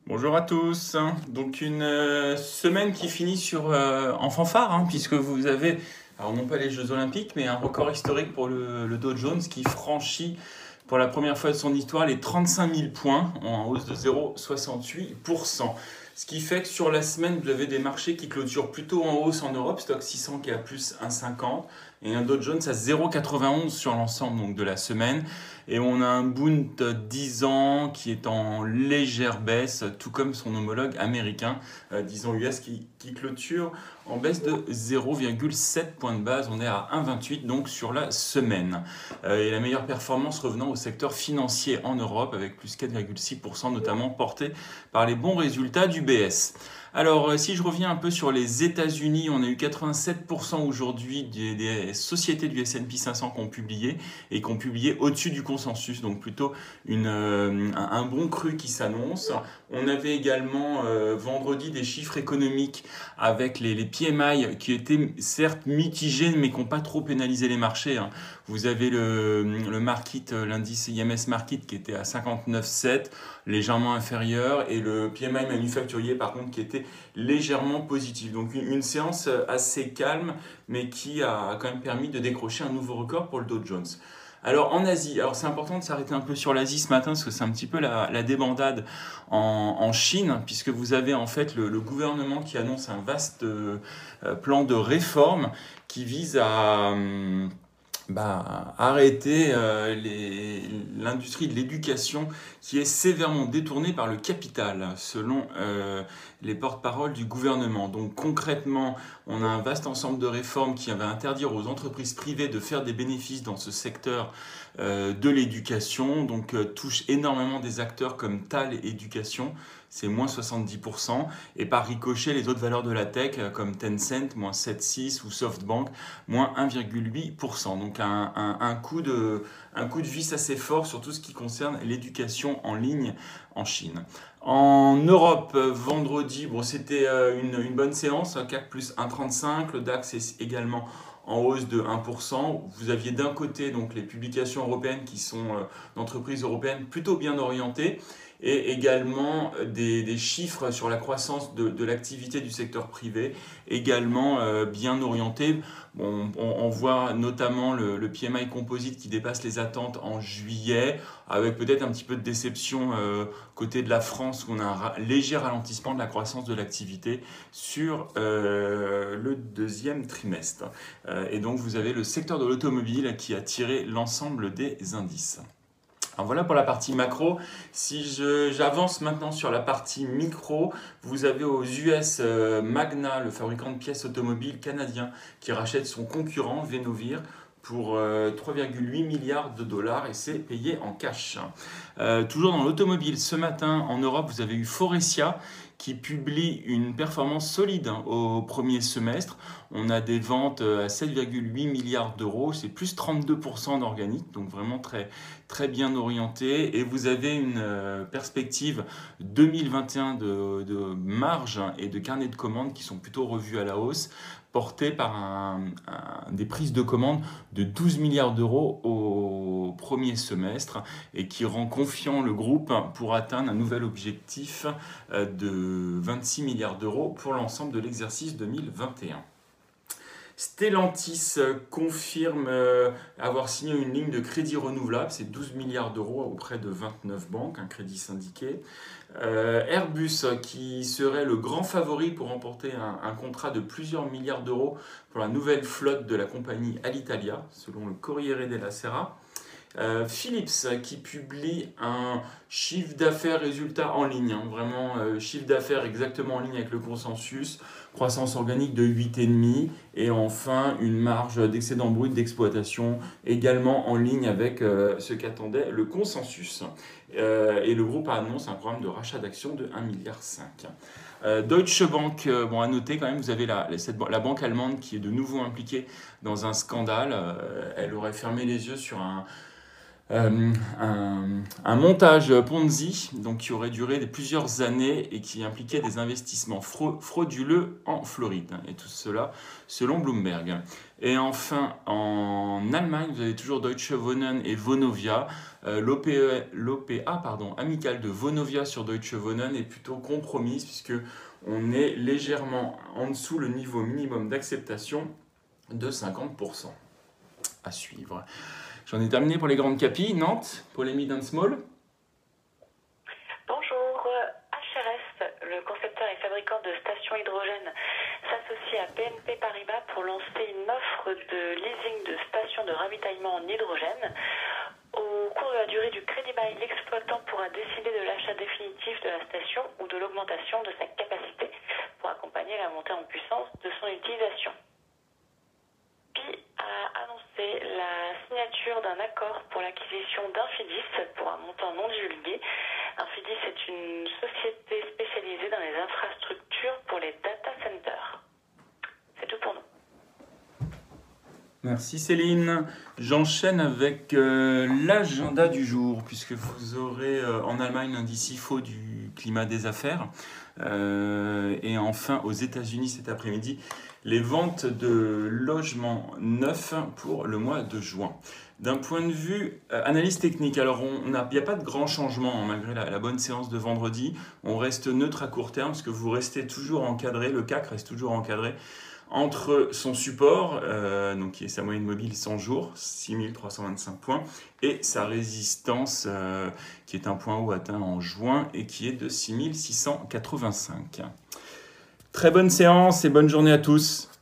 Bonjour à tous. Donc une semaine qui finit en fanfare, puisque vous avez, alors non pas les Jeux Olympiques, mais un record historique pour le Dow Jones qui franchit pour la première fois de son histoire les 35 000 points en hausse de 0,68%. Ce qui fait que sur la semaine, vous avez des marchés qui clôturent plutôt en hausse en Europe, Stock 600 qui est à plus 1,50 et un Dow Jones à 0,91 sur l'ensemble donc de la semaine. Et on a un Bund 10 ans qui est en légère baisse, tout comme son homologue américain, 10 ans US, qui clôture en baisse de 0,7 points de base. On est à 1,28 donc sur la semaine. Et la meilleure performance revenant au secteur financier en Europe, avec plus 4,6%, notamment porté par les bons résultats du BS. Alors, si je reviens un peu sur les États-Unis, on a eu 87% aujourd'hui des sociétés du S&P 500 qui ont publié et qui ont publié au-dessus du consensus, donc plutôt un bon cru qui s'annonce. On avait également vendredi des chiffres économiques avec les PMI qui étaient certes mitigés mais qui n'ont pas trop pénalisé les marchés. Vous avez le market, l'indice IMS Market qui était à 59,7, légèrement inférieur, et le PMI manufacturier par contre qui était légèrement positif. Donc une séance assez calme mais qui a quand même permis de décrocher un nouveau record pour le Dow Jones. Alors en Asie, alors c'est important de s'arrêter un peu sur l'Asie ce matin parce que c'est un petit peu la débandade en Chine, puisque vous avez en fait le gouvernement qui annonce un vaste plan de réforme qui vise à arrêter l'industrie de l'éducation qui est sévèrement détournée par le capital, selon les porte-paroles du gouvernement. Donc concrètement, on a un vaste ensemble de réformes qui va interdire aux entreprises privées de faire des bénéfices dans ce secteur de l'éducation, donc touche énormément des acteurs comme Tal et Éducation, c'est moins 70%, et par ricochet les autres valeurs de la tech comme Tencent, moins 7,6, ou SoftBank, moins 1,8%. Donc un coup de vis assez fort sur tout ce qui concerne l'éducation en ligne en Chine. En Europe, vendredi, c'était une bonne séance, CAC plus 1,35, le DAX est également en hausse de 1%. Vous aviez d'un côté donc les publications européennes qui sont d'entreprises européennes plutôt bien orientées, et également des chiffres sur la croissance de l'activité du secteur privé, également bien orientés. Bon, on voit notamment le PMI composite qui dépasse les attentes en juillet, avec peut-être un petit peu de déception côté de la France, où on a un léger ralentissement de la croissance de l'activité sur le deuxième trimestre. Et donc vous avez le secteur de l'automobile qui a tiré l'ensemble des indices. Alors voilà pour la partie macro. Si j'avance maintenant sur la partie micro, vous avez aux US Magna, le fabricant de pièces automobiles canadien, qui rachète son concurrent Venovir pour 3,8 milliards de dollars, et c'est payé en cash. Toujours dans l'automobile, ce matin en Europe, vous avez eu Faurecia qui publie une performance solide au premier semestre. On a des ventes à 7,8 milliards d'euros, c'est plus 32% d'organique, donc vraiment très, très bien orienté. Et vous avez une perspective 2021 de marge et de carnet de commandes qui sont plutôt revus à la hausse, porté par des prises de commandes de 12 milliards d'euros au premier semestre, et qui rend confiant le groupe pour atteindre un nouvel objectif de 26 milliards d'euros pour l'ensemble de l'exercice 2021. Stellantis confirme avoir signé une ligne de crédit renouvelable, c'est 12 milliards d'euros auprès de 29 banques, un crédit syndiqué. Airbus qui serait le grand favori pour remporter un contrat de plusieurs milliards d'euros pour la nouvelle flotte de la compagnie Alitalia, selon le Corriere della Sera. Philips qui publie un chiffre d'affaires résultat en ligne, vraiment chiffre d'affaires exactement en ligne avec le consensus, croissance organique de 8,5, et enfin une marge d'excédent brut d'exploitation également en ligne avec ce qu'attendait le consensus. Et le groupe annonce un programme de rachat d'actions de 1,5 milliard. Deutsche Bank, à noter quand même, vous avez la banque allemande qui est de nouveau impliquée dans un scandale. Elle aurait fermé les yeux sur un montage Ponzi donc, qui aurait duré plusieurs années et qui impliquait des investissements frauduleux en Floride. Et tout cela selon Bloomberg. Et enfin, en Allemagne, vous avez toujours Deutsche Wohnen et Vonovia. L'OPA amicale de Vonovia sur Deutsche Wohnen est plutôt compromise puisque on est légèrement en dessous le niveau minimum d'acceptation de 50%. À suivre. J'en ai terminé pour les grandes capis. Nantes, Paul-Émile Dunsmall. Bonjour, HRS, le concepteur et fabricant de stations hydrogène, s'associe à BNP Paribas pour lancer une offre de leasing de stations de ravitaillement en hydrogène. Au cours de la durée du crédit bail, l'exploitant pourra décider de l'achat définitif de la station ou de l'augmentation de sa capacité pour accompagner la montée en puissance de son utilisation. A annoncé la signature d'un accord pour l'acquisition d'Infidis pour un montant non divulgué. Infidis est une société spécialisée dans les infrastructures pour les data centers. C'est tout pour nous. Merci Céline. J'enchaîne avec l'agenda du jour, puisque vous aurez en Allemagne l'indice IFO du climat des affaires. Et enfin, aux États-Unis cet après-midi, les ventes de logements neufs pour le mois de juin. D'un point de vue analyse technique, alors il n'y a pas de grand changement malgré la bonne séance de vendredi. On reste neutre à court terme parce que vous restez toujours encadré, le CAC reste toujours encadré entre son support, donc qui est sa moyenne mobile 100 jours, 6325 points, et sa résistance, qui est un point haut atteint en juin et qui est de 6685. Très bonne séance et bonne journée à tous.